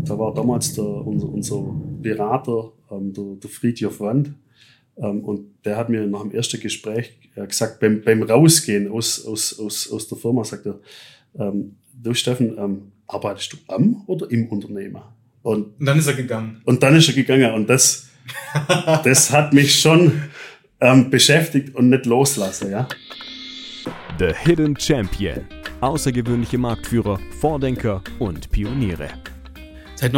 Da war damals unser Berater, der Friedhof Wand. Und der hat mir nach dem ersten Gespräch gesagt, beim Rausgehen aus der Firma, sagt er, du Steffen, arbeitest du am oder im Unternehmen? Und dann ist er gegangen. Und das hat mich schon beschäftigt und nicht loslassen, ja. The Hidden Champion. Außergewöhnliche Marktführer, Vordenker und Pioniere. Seit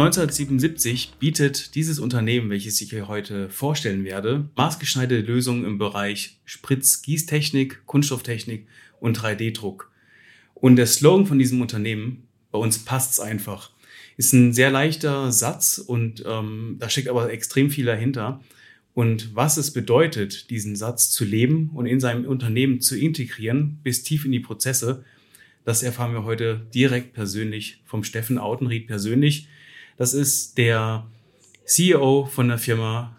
1977 bietet dieses Unternehmen, welches ich hier heute vorstellen werde, maßgeschneiderte Lösungen im Bereich Spritzgießtechnik, Kunststofftechnik und 3D-Druck. Und der Slogan von diesem Unternehmen, bei uns passt's einfach, ist ein sehr leichter Satz und da steckt aber extrem viel dahinter. Und was es bedeutet, diesen Satz zu leben und in seinem Unternehmen zu integrieren, bis tief in die Prozesse, das erfahren wir heute direkt persönlich vom Steffen Autenrieth persönlich. Das ist der CEO von der Firma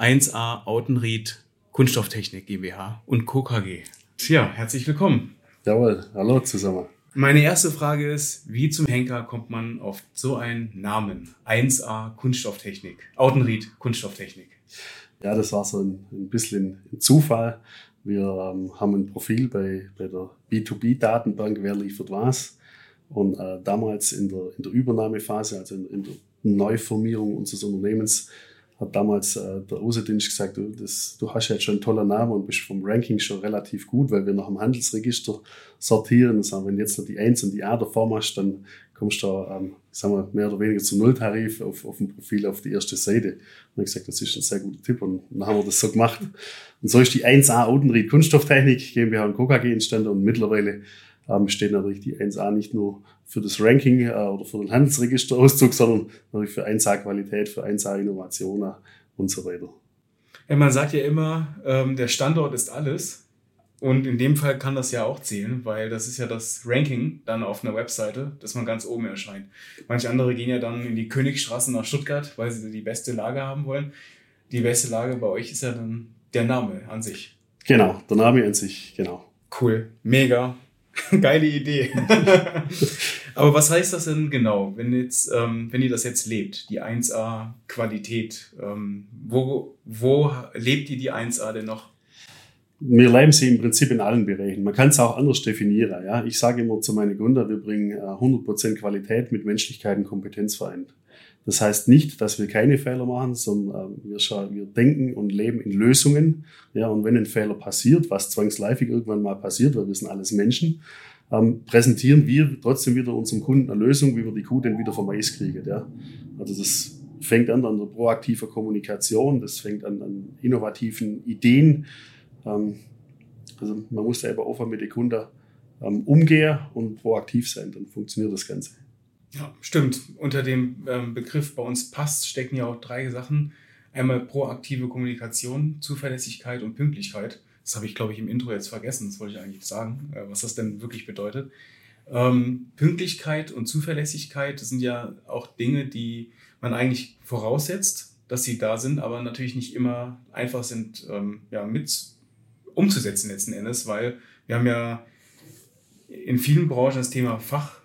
1A Autenrieth Kunststofftechnik GmbH und Co. KG. Tja, herzlich willkommen. Jawohl, hallo zusammen. Meine erste Frage ist, wie zum Henker kommt man auf so einen Namen? 1A Kunststofftechnik, Autenrieth Kunststofftechnik. Ja, das war so ein bisschen ein Zufall. Wir haben ein Profil bei der B2B-Datenbank, wer liefert was. Und damals in der Übernahmephase, also in der Neuformierung unseres Unternehmens, hat damals der Außendienst gesagt, du hast jetzt schon einen tollen Namen und bist vom Ranking schon relativ gut, weil wir nach dem Handelsregister sortieren. Und sagen, wenn du jetzt noch die 1 und die A davor machst, dann kommst du sagen wir, mehr oder weniger zum Nulltarif auf dem Profil auf die erste Seite. Und ich habe gesagt, das ist ein sehr guter Tipp und dann haben wir das so gemacht. Und so ist die 1A Autenrieth Kunststofftechnik GmbH und Co. KG entstanden und mittlerweile steht natürlich die 1A nicht nur für das Ranking oder für den Handelsregisterauszug, sondern natürlich für 1A Qualität, für 1A Innovationen und so weiter. Ja, man sagt ja immer, der Standort ist alles. Und in dem Fall kann das ja auch zählen, weil das ist ja das Ranking dann auf einer Webseite, dass man ganz oben erscheint. Manche andere gehen ja dann in die Königstraße nach Stuttgart, weil sie die beste Lage haben wollen. Die beste Lage bei euch ist ja dann der Name an sich. Genau, der Name an sich, genau. Cool, mega, geile Idee. Aber was heißt das denn genau, wenn ihr das jetzt lebt, die 1A Qualität? Wo lebt ihr die 1A denn noch? Wir leben sie im Prinzip in allen Bereichen. Man kann es auch anders definieren. Ja? Ich sage immer zu meinen Kunden, wir bringen 100% Qualität mit Menschlichkeit und Kompetenz vereint. Das heißt nicht, dass wir keine Fehler machen, sondern wir denken und leben in Lösungen. Ja? Und wenn ein Fehler passiert, was zwangsläufig irgendwann mal passiert, weil wir sind alles Menschen, präsentieren wir trotzdem wieder unserem Kunden eine Lösung, wie wir die Kuh dann wieder vom Eis kriegen. Ja? Also das fängt an der proaktiven Kommunikation, das fängt an innovativen Ideen. Also man muss da eben offen mit den Kunden umgehen und proaktiv sein, dann funktioniert das Ganze. Ja, stimmt. Unter dem Begriff bei uns passt stecken ja auch 3 Sachen. Einmal proaktive Kommunikation, Zuverlässigkeit und Pünktlichkeit. Das habe ich, glaube ich, im Intro jetzt vergessen. Das wollte ich eigentlich sagen, was das denn wirklich bedeutet. Pünktlichkeit und Zuverlässigkeit, das sind ja auch Dinge, die man eigentlich voraussetzt, dass sie da sind, aber natürlich nicht immer einfach sind, mit umzusetzen letzten Endes, weil wir haben ja in vielen Branchen das Thema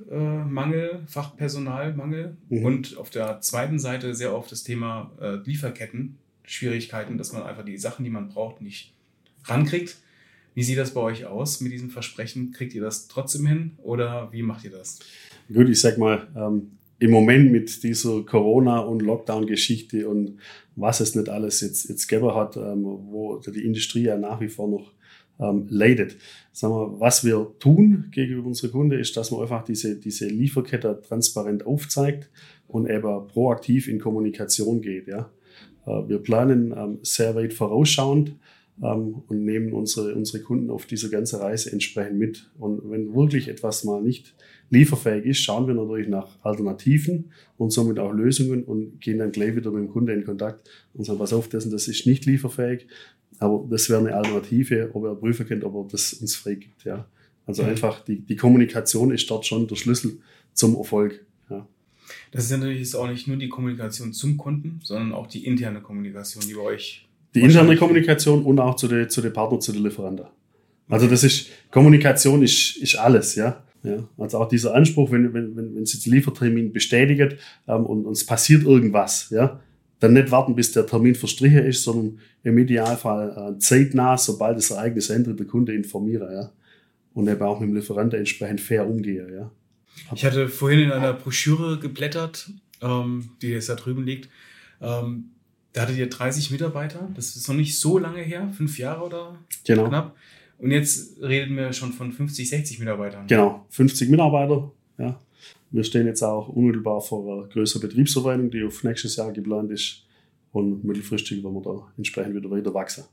Fachpersonalmangel und auf der zweiten Seite sehr oft das Thema Lieferketten-Schwierigkeiten, dass man einfach die Sachen, die man braucht, nicht rankriegt. Wie sieht das bei euch aus mit diesem Versprechen? Kriegt ihr das trotzdem hin oder wie macht ihr das? Gut, ich sag mal, im Moment mit dieser Corona- und Lockdown-Geschichte und was es nicht alles jetzt gegeben hat, wo die Industrie ja nach wie vor noch leidet. Sagen wir, was wir tun gegenüber unseren Kunden, ist, dass man einfach diese Lieferkette transparent aufzeigt und eben proaktiv in Kommunikation geht. Ja. Wir planen sehr weit vorausschauend und nehmen unsere Kunden auf dieser ganzen Reise entsprechend mit. Und wenn wirklich etwas mal nicht lieferfähig ist, schauen wir natürlich nach Alternativen und somit auch Lösungen und gehen dann gleich wieder mit dem Kunden in Kontakt und sagen, pass auf, das ist nicht lieferfähig, aber das wäre eine Alternative, ob er prüfen könnte, ob er das uns freigibt. Ja. Also einfach die Kommunikation ist dort schon der Schlüssel zum Erfolg. Ja. Das ist natürlich auch nicht nur die Kommunikation zum Kunden, sondern auch die interne Kommunikation, die bei euch... Die interne Kommunikation und auch zu den Partnern, zu den Lieferanten. Also das ist, Kommunikation ist alles, ja. Ja, also auch dieser Anspruch, wenn Sie den Liefertermin bestätigen und es passiert irgendwas, ja, dann nicht warten, bis der Termin verstrichen ist, sondern im Idealfall zeitnah, sobald das Ereignis endet, der Kunde informieren, ja, und eben auch mit dem Lieferanten entsprechend fair umgehen, ja. Ich hatte vorhin in einer Broschüre geblättert, die jetzt da drüben liegt. Da hattet ihr 30 Mitarbeiter. Das ist noch nicht so lange her, 5 Jahre oder knapp. Und jetzt reden wir schon von 50, 60 Mitarbeitern. Genau, 50 Mitarbeiter. Ja. Wir stehen jetzt auch unmittelbar vor einer größeren Betriebsverwaltung, die auf nächstes Jahr geplant ist. Und mittelfristig werden wir da entsprechend wieder weiter wachsen.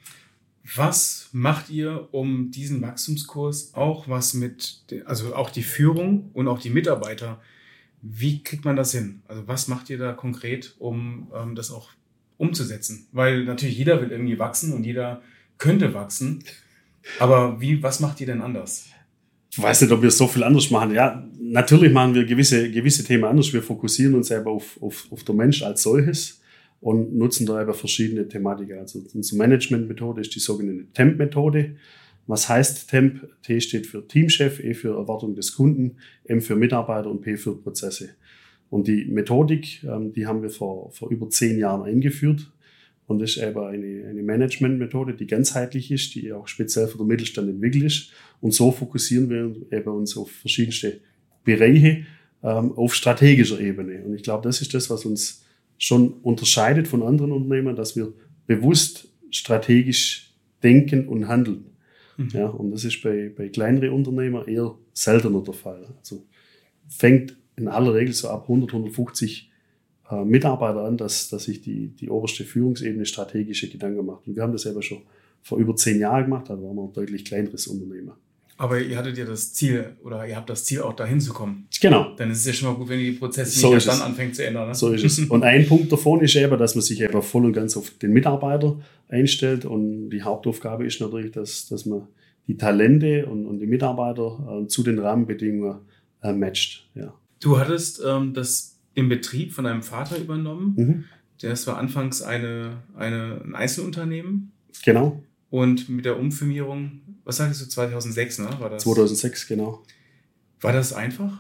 Was macht ihr, um diesen Wachstumskurs auch also auch die Führung und auch die Mitarbeiter, wie kriegt man das hin? Also was macht ihr da konkret, um das auch umzusetzen? Weil natürlich jeder will irgendwie wachsen und jeder könnte wachsen. Aber was macht ihr denn anders? Ich weiß nicht, ob wir so viel anders machen. Ja, natürlich machen wir gewisse Themen anders. Wir fokussieren uns selber auf den Mensch als solches und nutzen da eben verschiedene Thematiken. Also unsere Managementmethode ist die sogenannte TEMP-Methode. Was heißt TEMP? T steht für Teamchef, E für Erwartung des Kunden, M für Mitarbeiter und P für Prozesse. Und die Methodik, die haben wir vor über 10 Jahren eingeführt. Und das ist eben eine Managementmethode, die ganzheitlich ist, die auch speziell für den Mittelstand entwickelt ist. Und so fokussieren wir eben uns auf verschiedenste Bereiche auf strategischer Ebene. Und ich glaube, das ist das, was uns schon unterscheidet von anderen Unternehmen, dass wir bewusst strategisch denken und handeln. Mhm. Ja, und das ist bei kleineren Unternehmen eher seltener der Fall. Also fängt in aller Regel so ab 100, 150 Mitarbeiter an, dass sich die oberste Führungsebene strategische Gedanken macht. Und wir haben das selber schon vor über 10 Jahren gemacht, da waren wir ein deutlich kleineres Unternehmen. Aber ihr hattet ja das Ziel, oder ihr habt das Ziel, auch dahin zu kommen. Genau. Dann ist es ja schon mal gut, wenn ihr die Prozesse so nicht erst dann anfängt zu ändern. Ne? So ist es. Und ein Punkt davon ist eben, dass man sich eben voll und ganz auf den Mitarbeiter einstellt. Und die Hauptaufgabe ist natürlich, dass man die Talente und die Mitarbeiter zu den Rahmenbedingungen matcht. Ja. Du hattest das im Betrieb von deinem Vater übernommen. Mhm. Das war anfangs ein Einzelunternehmen. Genau. Und mit der Umfirmierung, was sagst du, 2006, ne? War das? 2006, genau. War das einfach?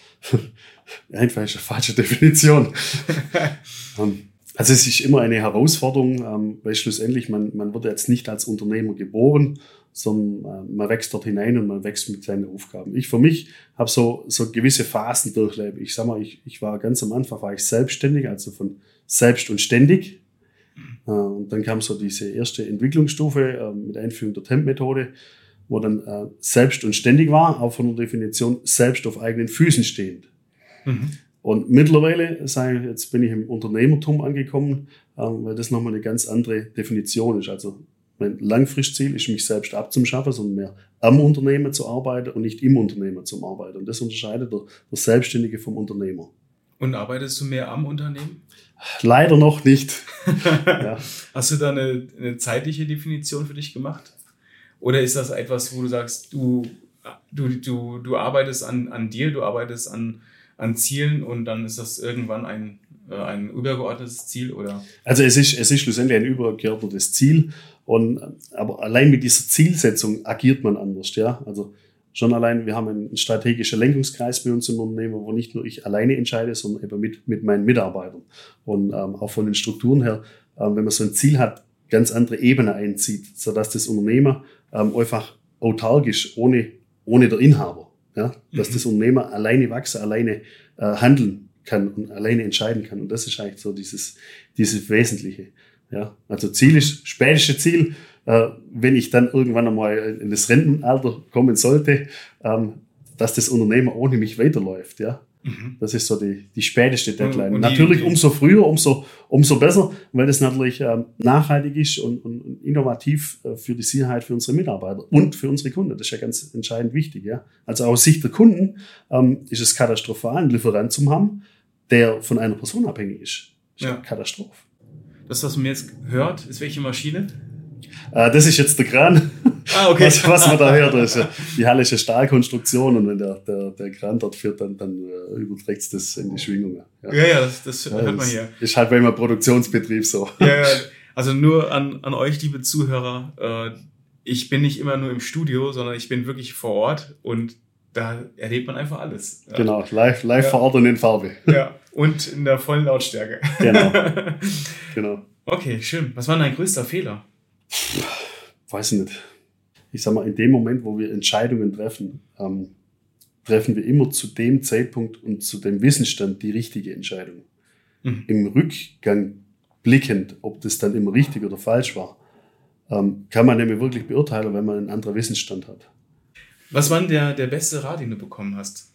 Einfach ist eine falsche Definition. Also es ist immer eine Herausforderung, weil schlussendlich man wird jetzt nicht als Unternehmer geboren, sondern man wächst dort hinein und man wächst mit seinen Aufgaben. Ich für mich habe so gewisse Phasen durchlebt. Ich sag mal, ich war ganz am Anfang war ich selbstständig, also von selbst und ständig. Und dann kam so diese erste Entwicklungsstufe mit Einführung der TEMP-Methode, wo dann selbst und ständig war, auch von der Definition selbst auf eigenen Füßen stehend. Mhm. Und mittlerweile, jetzt bin ich im Unternehmertum angekommen, weil das nochmal eine ganz andere Definition ist. Also mein Langfristziel ist, mich selbst abzuschaffen, sondern mehr am Unternehmen zu arbeiten und nicht im Unternehmen zu arbeiten. Und das unterscheidet der Selbstständige vom Unternehmer. Und arbeitest du mehr am Unternehmen? Leider noch nicht. Ja. Hast du da eine zeitliche Definition für dich gemacht? Oder ist das etwas, wo du sagst, du arbeitest an dir, du arbeitest an Zielen und dann ist das irgendwann ein übergeordnetes Ziel? Oder? Also es ist schlussendlich ein übergeordnetes Ziel. Aber allein mit dieser Zielsetzung agiert man anders. Ja? Also schon allein, wir haben einen strategischen Lenkungskreis bei uns im Unternehmen, wo nicht nur ich alleine entscheide, sondern eben mit meinen Mitarbeitern. Und auch von den Strukturen her, wenn man so ein Ziel hat, ganz andere Ebenen einzieht, sodass das Unternehmen einfach autarkisch, ohne der Inhaber, ja, dass das Unternehmen alleine wachsen, alleine handeln kann und alleine entscheiden kann. Und das ist eigentlich so dieses Wesentliche. Ja, also späteste Ziel, wenn ich dann irgendwann einmal in das Rentenalter kommen sollte, dass das Unternehmen ohne mich weiterläuft. Ja, das ist so die späteste Deadline. Und natürlich umso früher, umso besser, weil das natürlich nachhaltig ist und innovativ für die Sicherheit für unsere Mitarbeiter und für unsere Kunden. Das ist ja ganz entscheidend wichtig. Ja, also aus Sicht der Kunden ist es katastrophal, einen Lieferant zu haben, der von einer Person abhängig ist. Das ist ja Katastrophe. Das, was man jetzt hört, ist welche Maschine? Das ist jetzt der Kran. Ah, okay. Was man da hört, ist die hallische Stahlkonstruktion und wenn der Kran dort führt, dann überträgt es das in die Schwingungen. Ja, das hört man hier. Ist halt bei einem Produktionsbetrieb so. Ja, also nur an euch, liebe Zuhörer, ich bin nicht immer nur im Studio, sondern ich bin wirklich vor Ort und Da erlebt man einfach alles. Ja. Genau, live vor Ort und in Farbe. Ja, und in der vollen Lautstärke. Genau. Okay, schön. Was war dein größter Fehler? Weiß ich nicht. Ich sag mal, in dem Moment, wo wir Entscheidungen treffen, treffen wir immer zu dem Zeitpunkt und zu dem Wissensstand die richtige Entscheidung. Im Rückgang blickend, ob das dann immer richtig oder falsch war, kann man nämlich wirklich beurteilen, wenn man einen anderen Wissensstand hat. Was war denn der beste Rat, den du bekommen hast?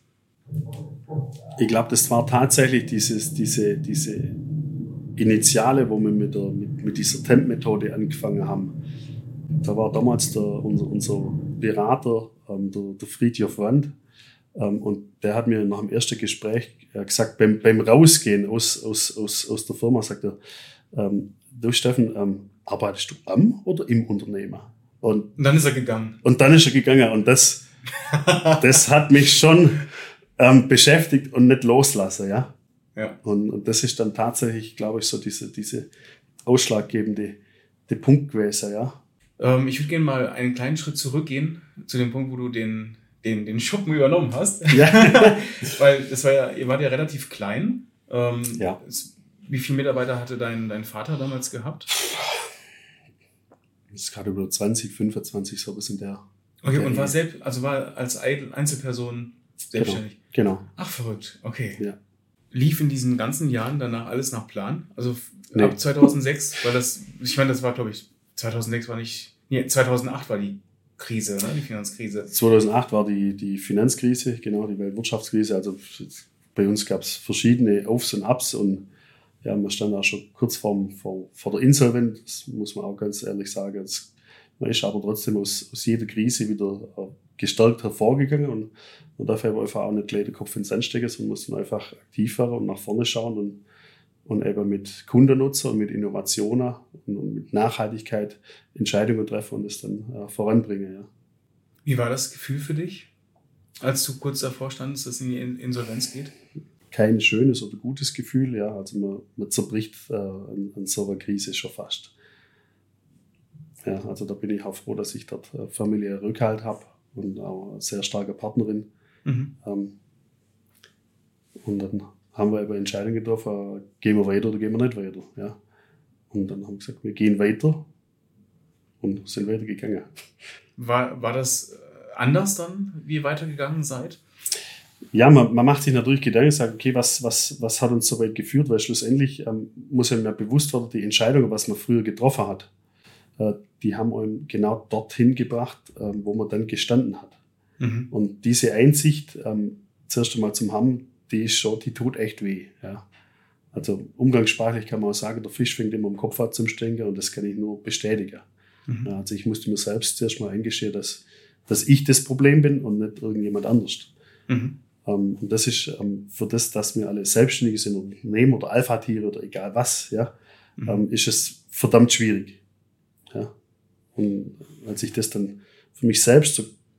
Ich glaube, das war tatsächlich diese Initiale, wo wir mit dieser Temp-Methode angefangen haben. Da war damals unser Berater, der Friedhof Wand, und der hat mir nach dem ersten Gespräch gesagt, beim Rausgehen aus der Firma, sagt er, du Steffen, arbeitest du am oder im Unternehmen? Und dann ist er gegangen. Und das hat mich schon beschäftigt und nicht loslassen, ja. Ja. Und das ist dann tatsächlich, glaube ich, so diese ausschlaggebende Punkt gewesen, ja. Ich würde gerne mal einen kleinen Schritt zurückgehen zu dem Punkt, wo du den Schuppen übernommen hast. Ja. Weil ihr wart ja relativ klein. Ja. Wie viele Mitarbeiter hatte dein Vater damals gehabt? Das ist gerade über 20, 25, so bis in der. Okay, und war als Einzelperson selbstständig? Genau. Ach, verrückt. Okay. Ja. Lief in diesen ganzen Jahren danach alles nach Plan? Also Nee. ab 2006, das war, glaube ich, 2008 war die Krise, ne? Die Finanzkrise. 2008 war die Finanzkrise, genau, die Weltwirtschaftskrise. Also bei uns gab es verschiedene Aufs und Abs und ja, man stand auch schon kurz vor der Insolvenz, das muss man auch ganz ehrlich sagen. Man ist aber trotzdem aus jeder Krise wieder gestärkt hervorgegangen und dafür aber einfach auch nicht gleich den Kopf in den Sand stecken, sondern muss dann einfach aktiv werden und nach vorne schauen und eben mit Kundennutzen und mit Innovationen und mit Nachhaltigkeit Entscheidungen treffen und das dann voranbringen. Ja. Wie war das Gefühl für dich, als du kurz davor standest, dass es in die Insolvenz geht? Kein schönes oder gutes Gefühl, ja. Also man zerbricht an so einer Krise schon fast. Ja, also da bin ich auch froh, dass ich dort familiären Rückhalt habe und auch eine sehr starke Partnerin. Und dann haben wir eben Entscheidungen getroffen, gehen wir weiter oder gehen wir nicht weiter. Ja. Und dann haben wir gesagt, wir gehen weiter und sind weitergegangen. War das anders dann, wie ihr weitergegangen seid? Ja, man macht sich natürlich Gedanken, sagt, okay, was hat uns so weit geführt, weil schlussendlich muss einem ja bewusst werden, die Entscheidungen, was man früher getroffen hat, die haben einem genau dorthin gebracht, wo man dann gestanden hat. Und diese Einsicht, zuerst einmal zum haben, die tut echt weh. Ja. Also umgangssprachlich kann man auch sagen, der Fisch fängt immer im Kopf an zum Stinken und das kann ich nur bestätigen. Ja, also ich musste mir selbst zuerst mal eingestehen, dass ich das Problem bin und nicht irgendjemand anders. Und das ist für das, dass wir alle Selbstständige sind, Unternehmen oder Alpha-Tiere oder egal was, ja, ist es verdammt schwierig. Ja. Und als ich das dann für mich selbst so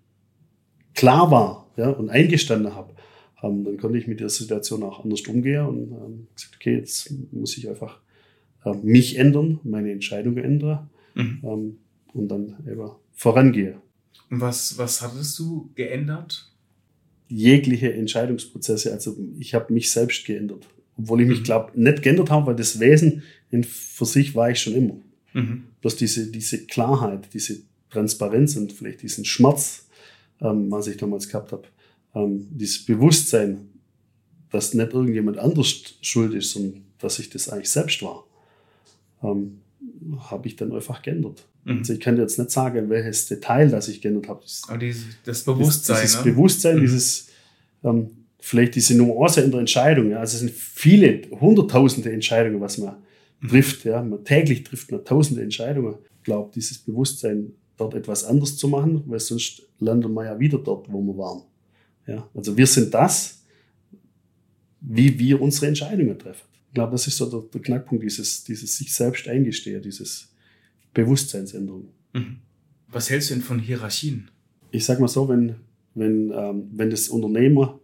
klar war, ja, und eingestanden habe, dann konnte ich mit der Situation auch anders umgehen und gesagt, okay, jetzt muss ich einfach mich ändern, meine Entscheidungen ändern und dann eben vorangehen. Und was hattest du geändert? Jegliche Entscheidungsprozesse, also ich habe mich selbst geändert. Obwohl ich mich, glaube nicht geändert habe, weil das Wesen für sich war ich schon immer. Bloß diese Klarheit, diese Transparenz und vielleicht diesen Schmerz, was ich damals gehabt habe, dieses Bewusstsein, dass nicht irgendjemand anders schuld ist, sondern dass ich das eigentlich selbst war, habe ich dann einfach geändert. Also ich kann dir jetzt nicht sagen, welches Detail das ich geändert habe. Aber das Bewusstsein. Dieses Bewusstsein, vielleicht diese Nuance in der Entscheidung. Ja. Also es sind viele, hunderttausende Entscheidungen, was man trifft. Ja. Täglich trifft man tausende Entscheidungen. Ich glaube, dieses Bewusstsein, dort etwas anders zu machen, weil sonst landen wir ja wieder dort, wo wir waren. Ja. Also wir sind das, wie wir unsere Entscheidungen treffen. Ich glaube, das ist so der Knackpunkt, dieses sich selbst eingestehen, dieses Bewusstseinsänderung. Was hältst du denn von Hierarchien? Ich sag mal so, wenn das Unternehmer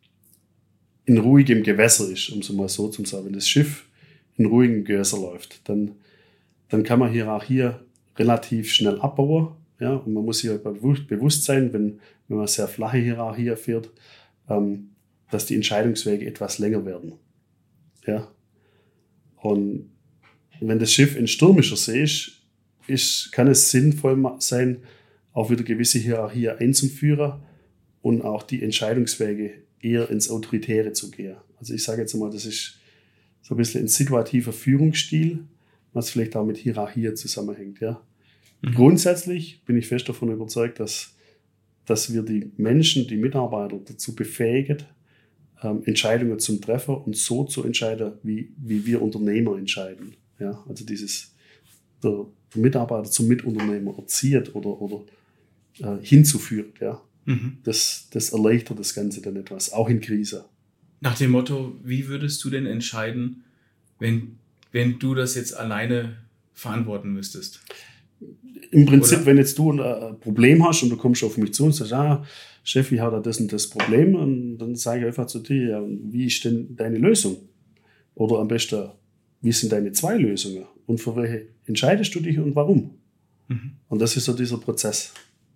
in ruhigem Gewässer ist, um es mal so zu sagen, wenn das Schiff in ruhigem Gewässer läuft, dann kann man Hierarchie relativ schnell abbauen, Ja? Und man muss sich halt bewusst sein, wenn man sehr flache Hierarchie fährt, dass die Entscheidungswege etwas länger werden. Ja? Und wenn das Schiff in stürmischer See ist, kann es sinnvoll sein, auch wieder gewisse Hierarchie einzuführen und auch die Entscheidungswege eher ins Autoritäre zu gehen. Also ich sage jetzt mal, das ist so ein bisschen ein situativer Führungsstil, was vielleicht auch mit Hierarchie zusammenhängt. Ja. Grundsätzlich bin ich fest davon überzeugt, dass wir die Menschen, die Mitarbeiter dazu befähigen, Entscheidungen zu treffen und so zu entscheiden, wie wir Unternehmer entscheiden. Ja. Also der Mitarbeiter zum Mitunternehmer erzieht oder hinzuführt. Ja. Das erleichtert das Ganze dann etwas, auch in Krise. Nach dem Motto, wie würdest du denn entscheiden, wenn du das jetzt alleine verantworten müsstest? Im Prinzip, oder? Wenn jetzt du ein Problem hast und du kommst auf mich zu und sagst, Chef, ich habe da das und das Problem, und dann sage ich einfach zu dir, ja, wie ist denn deine Lösung? Oder am besten, wie sind deine 2 Lösungen? Und für welche entscheidest du dich und warum? Und das ist so dieser Prozess.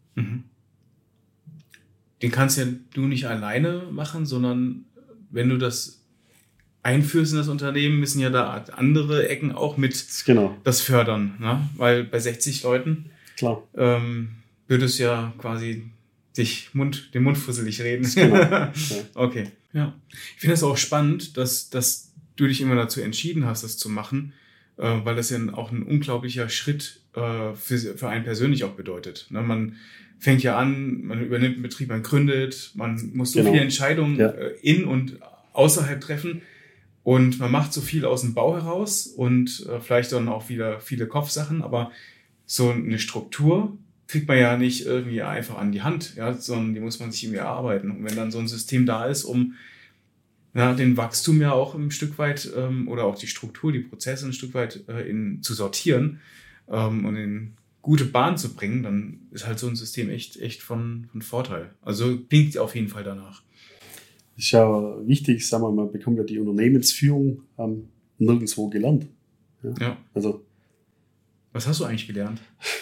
Den kannst ja du nicht alleine machen, sondern wenn du das einführst in das Unternehmen, müssen ja da andere Ecken auch mit das fördern. Ne? Weil bei 60 Leuten würdest du ja quasi den Mund fusselig reden. Genau. Ja. Okay. Ja. Ich finde es auch spannend, dass du dich immer dazu entschieden hast, das zu machen, weil das ja auch ein unglaublicher Schritt für einen persönlich auch bedeutet. Ne? Man fängt ja an, man übernimmt einen Betrieb, man gründet, man muss so viele Entscheidungen in und außerhalb treffen und man macht so viel aus dem Bau heraus und vielleicht dann auch wieder viele Kopfsachen, aber so eine Struktur kriegt man ja nicht irgendwie einfach an die Hand, ja, sondern die muss man sich irgendwie erarbeiten. Und wenn dann so ein System da ist, um den Wachstum ja auch ein Stück weit oder auch die Struktur, die Prozesse ein Stück weit zu sortieren und in gute Bahn zu bringen, dann ist halt so ein System echt von Vorteil. Also klingt auf jeden Fall danach. Das ist ja wichtig, sagen wir mal, man bekommt ja die Unternehmensführung nirgendwo gelernt. Ja. Also, was hast du eigentlich gelernt?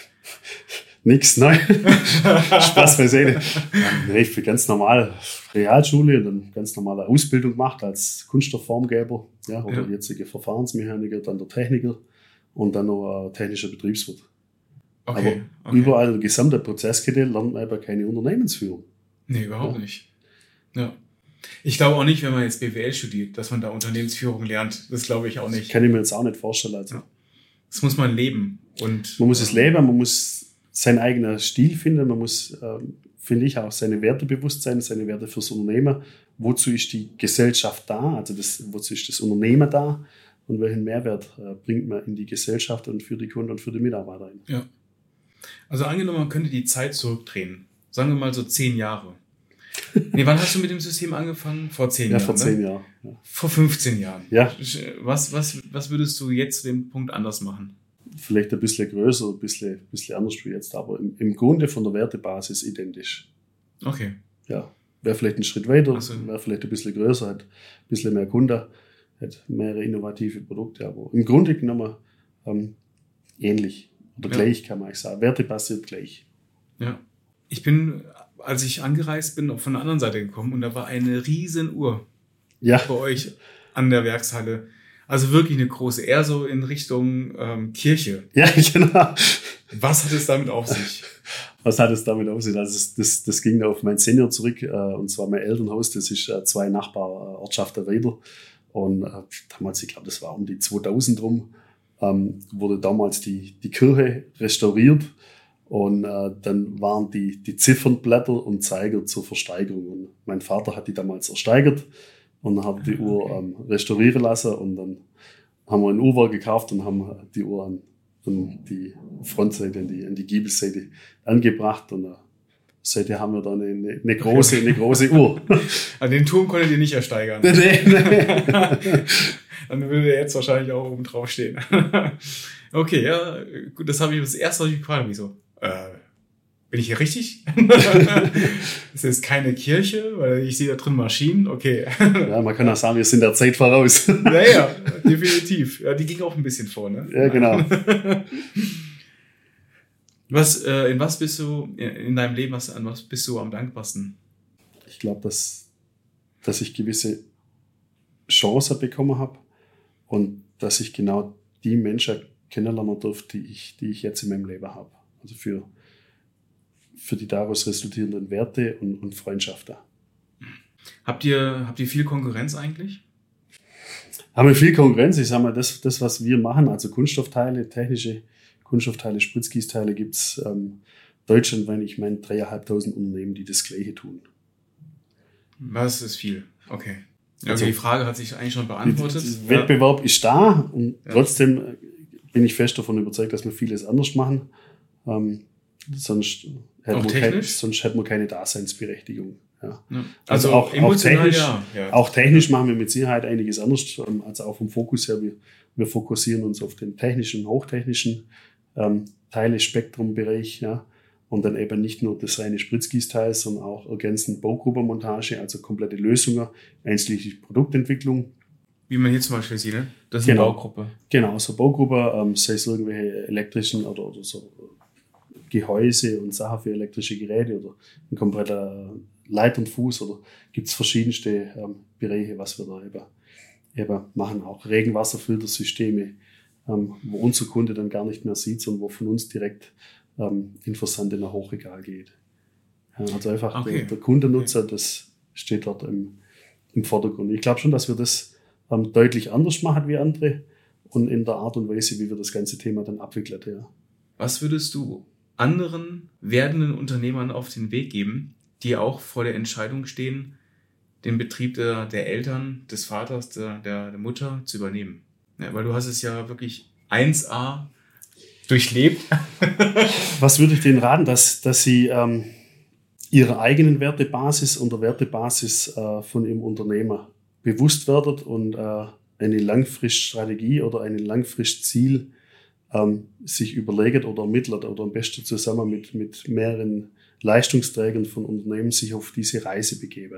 Nix, nein. Spaß beiseite. Ich bin ganz normal Realschule und dann ganz normale Ausbildung gemacht als Kunststoffformgeber, oder jetzige Verfahrensmechaniker, dann der Techniker und dann noch technischer Betriebswirt. Okay. Aber überall in der gesamten Prozesskette lernt man aber keine Unternehmensführung. Nee, überhaupt nicht. Ja. Ich glaube auch nicht, wenn man jetzt BWL studiert, dass man da Unternehmensführung lernt. Das glaube ich auch nicht. Das kann ich mir jetzt auch nicht vorstellen. Also. Ja. Das muss man leben. Und man muss es leben, man muss seinen eigenen Stil finden, man muss, finde ich, auch seine Werte bewusst sein, seine Werte fürs Unternehmen. Wozu ist die Gesellschaft da? Also wozu ist das Unternehmen da? Und welchen Mehrwert bringt man in die Gesellschaft und für die Kunden und für die Mitarbeiter ein? Ja. Also angenommen, man könnte die Zeit zurückdrehen. Sagen wir mal so 10 Jahre. Nee, wann hast du mit dem System angefangen? Vor 10 Jahren, vor 10 Jahren. Ja. Vor 15 Jahren. Ja. Was würdest du jetzt zu dem Punkt anders machen? Vielleicht ein bisschen größer, ein bisschen anders wie jetzt, aber im Grunde von der Wertebasis identisch. Okay. Ja, wäre vielleicht ein Schritt weiter, wäre vielleicht ein bisschen größer, hat ein bisschen mehr Kunden, hat mehrere innovative Produkte, aber im Grunde genommen ähnlich oder gleich, kann man eigentlich sagen. Wertebasiert gleich. Ja. Ich bin, als ich angereist bin, auch von der anderen Seite gekommen und da war eine riesen Uhr bei euch an der Werkshalle. Also wirklich eine große, eher so in Richtung Kirche. Ja, genau. Was hat es damit auf sich? Was hat es damit auf sich? Also das ging auf mein Senior zurück, und zwar mein Elternhaus, das ist 2 Nachbarortschaften weiter. Und damals, ich glaube, das war um die 2000 rum, wurde damals die Kirche restauriert. Und dann waren die Ziffernblätter und Zeiger zur Versteigerung. Und mein Vater hat die damals ersteigert. Und dann haben wir die Uhr restaurieren lassen und dann haben wir ein Uhrwerk gekauft und haben die Uhr an die Frontseite, an die Giebelseite angebracht und seitdem haben wir dann eine große Uhr. Also den Turm konntet ihr nicht ersteigern. Nee. Dann würde der jetzt wahrscheinlich auch oben drauf stehen. Okay, ja, gut, das habe ich das erste gefragt, wieso? Bin ich hier richtig? Das ist keine Kirche, weil ich sehe da drin Maschinen. Okay. Ja, man kann auch sagen, wir sind der Zeit voraus. Ja, definitiv. Ja, die ging auch ein bisschen vor, ne? Ja, genau. In was bist du in deinem Leben, an was bist du am dankbarsten? Ich glaube, dass ich gewisse Chancen bekommen habe und dass ich genau die Menschen kennenlernen durfte, die ich jetzt in meinem Leben habe. Also für die daraus resultierenden Werte und Freundschaften. Habt ihr viel Konkurrenz eigentlich? Haben wir viel Konkurrenz. Ich sage mal, das, was wir machen, also Kunststoffteile, technische Kunststoffteile, Spritzgießteile, gibt es deutschlandweit, ich meine, 3.500 Unternehmen, die das Gleiche tun. Was ist viel? Okay. Also die Frage hat sich eigentlich schon beantwortet. Der Wettbewerb ist da und trotzdem bin ich fest davon überzeugt, dass wir vieles anders machen. Sonst hätten wir keine Daseinsberechtigung. Ja. Ja. Also auch technisch, auch technisch machen wir mit Sicherheit einiges anders, also auch vom Fokus her. Wir fokussieren uns auf den technischen, hochtechnischen Teile-Spektrum-Bereich, ja, und dann eben nicht nur das reine Spritzgießteil, sondern auch ergänzend Baugruppenmontage, also komplette Lösungen, einschließlich Produktentwicklung. Wie man hier zum Beispiel sieht, ne? Das ist eine Baugruppe. Genau, so Baugruppe, sei es irgendwelche elektrischen oder so Gehäuse und Sachen für elektrische Geräte oder ein kompletter Leit und Fuß, oder gibt es verschiedenste Bereiche, was wir da eben machen. Auch Regenwasserfiltersysteme, wo unser Kunde dann gar nicht mehr sieht, sondern wo von uns direkt in Versand in ein Hochregal geht. Ja, also einfach der Kundennutzer, das steht dort im Vordergrund. Ich glaube schon, dass wir das deutlich anders machen wie andere und in der Art und Weise, wie wir das ganze Thema dann abwickeln. Ja. Was würdest du anderen werdenden Unternehmern auf den Weg geben, die auch vor der Entscheidung stehen, den Betrieb der Eltern, des Vaters, der Mutter zu übernehmen? Ja, weil du hast es ja wirklich 1A durchlebt. Was würde ich denen raten, dass sie ihrer eigenen Wertebasis und der Wertebasis von ihrem Unternehmer bewusst werden und eine Langfriststrategie oder ein Langfristziel sich überlegen oder ermittelt oder am besten zusammen mit mehreren Leistungsträgern von Unternehmen sich auf diese Reise begeben.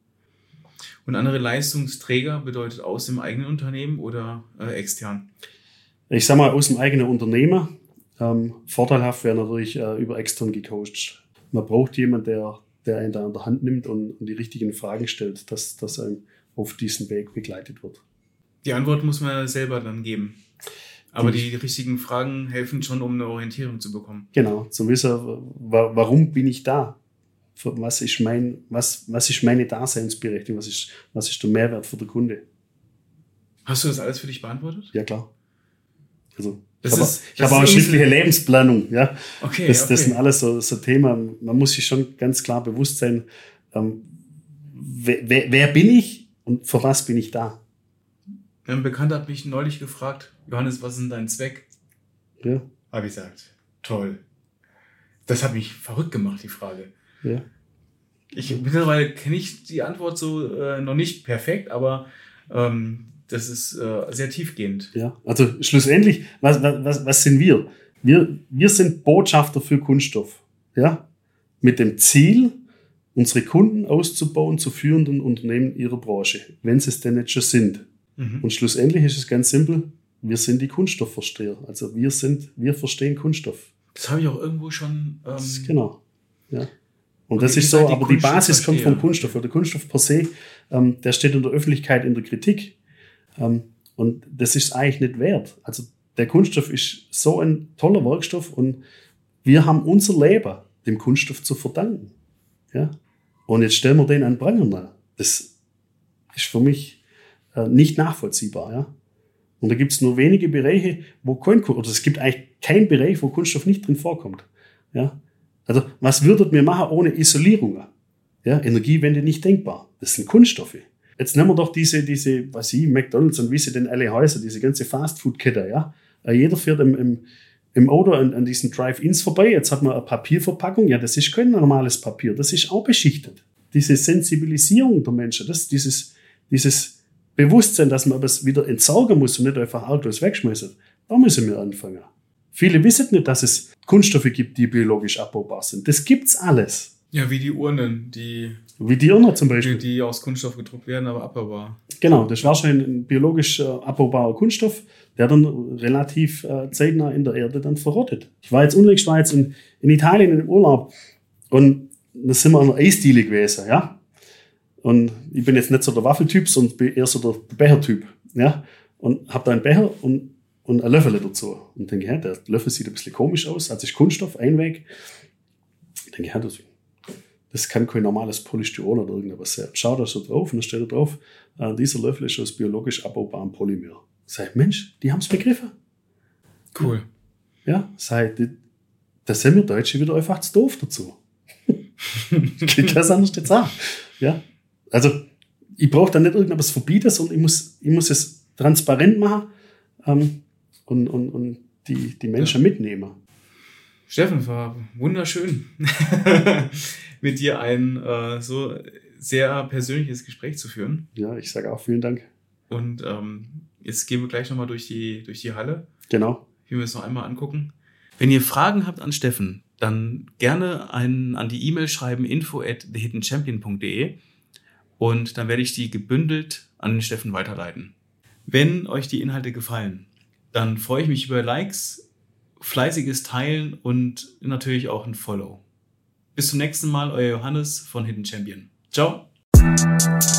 Und andere Leistungsträger bedeutet aus dem eigenen Unternehmen oder extern? Ich sage mal aus dem eigenen Unternehmen. Vorteilhaft wäre natürlich über extern gecoacht. Man braucht jemanden, der einen da an der Hand nimmt und die richtigen Fragen stellt, dass einem auf diesen Weg begleitet wird. Die Antwort muss man selber dann geben. Aber die richtigen Fragen helfen schon, um eine Orientierung zu bekommen. Genau, zu wissen, warum bin ich da? Was ist meine Daseinsberechtigung? Was ist der Mehrwert für den Kunde? Hast du das alles für dich beantwortet? Ja, klar. Also, ich habe auch eine schriftliche Lebensplanung. Ja? Okay, das sind alles so Themen. Man muss sich schon ganz klar bewusst sein, wer bin ich und für was bin ich da? Ein Bekannter hat mich neulich gefragt, Johannes, was ist denn dein Zweck? Ja. Habe ich gesagt, toll. Das hat mich verrückt gemacht, die Frage. Ja. Mittlerweile kenne ich die Antwort so noch nicht perfekt, aber das ist sehr tiefgehend. Ja, also schlussendlich, was sind wir? Wir sind Botschafter für Kunststoff. Ja? Mit dem Ziel, unsere Kunden auszubauen zu führenden Unternehmen ihrer Branche, wenn sie es denn nicht schon sind. Mhm. Und schlussendlich ist es ganz simpel, wir sind die Kunststoffversteher. Also wir verstehen Kunststoff. Das habe ich auch irgendwo schon... Genau, ja. Und das ist so, aber die Basis kommt vom Kunststoff. Der Kunststoff per se, der steht in der Öffentlichkeit in der Kritik. Und das ist eigentlich nicht wert. Also der Kunststoff ist so ein toller Werkstoff und wir haben unser Leben dem Kunststoff zu verdanken. Ja? Und jetzt stellen wir den an Pranger. Das ist für mich nicht nachvollziehbar. Ja? Und da gibt es nur wenige Bereiche, oder es gibt eigentlich keinen Bereich, wo Kunststoff nicht drin vorkommt. Ja? Also was würdet wir machen ohne Isolierung? Ja? Energiewende nicht denkbar. Das sind Kunststoffe. Jetzt nehmen wir doch diese McDonald's und wie sie denn alle heißen, diese ganze Fastfood-Kette, ja. Jeder fährt im Auto an diesen Drive-Ins vorbei, jetzt hat man eine Papierverpackung, ja, das ist kein normales Papier, das ist auch beschichtet. Diese Sensibilisierung der Menschen, dieses Bewusstsein, dass man das wieder entsorgen muss und nicht einfach arglos wegschmeißen, da müssen wir anfangen. Viele wissen nicht, dass es Kunststoffe gibt, die biologisch abbaubar sind. Das gibt's alles. Ja, wie die Urnen, Wie die Urne zum Beispiel. die aus Kunststoff gedruckt werden, aber abbaubar. Genau, das ist wahrscheinlich ein biologisch abbaubarer Kunststoff, der dann relativ zeitnah in der Erde dann verrottet. Ich war jetzt in Italien im Urlaub und da sind wir in einer Eisdiele gewesen, ja. Und ich bin jetzt nicht so der Waffeltyp, sondern bin eher so der Bechertyp, ja. Und habe da einen Becher und einen Löffel dazu. Und denke, ja, der Löffel sieht ein bisschen komisch aus, hat sich Kunststoff, Einweg. Denke, ja, das kann kein normales Polystyrol oder irgendwas sein. Schau da so drauf und dann steht da drauf, dieser Löffel ist aus biologisch abbaubarem Polymer. Sag ich, Mensch, die haben es begriffen. Cool. Ja, da sind wir Deutsche wieder einfach zu doof dazu. Ich kann das anders nicht sagen. Ja, also ich brauche da nicht irgendwas verbieten, sondern ich muss es transparent machen und die Menschen mitnehmen. Steffen, war wunderschön, mit dir ein so sehr persönliches Gespräch zu führen. Ja, ich sage auch vielen Dank. Und jetzt gehen wir gleich nochmal durch die Halle. Genau. Wir müssen noch einmal angucken. Wenn ihr Fragen habt an Steffen, dann gerne an die E-Mail schreiben, info@thehiddenchampion.de, und dann werde ich die gebündelt an den Steffen weiterleiten. Wenn euch die Inhalte gefallen, dann freue ich mich über Likes, fleißiges Teilen und natürlich auch ein Follow. Bis zum nächsten Mal, euer Johannes von Hidden Champion. Ciao!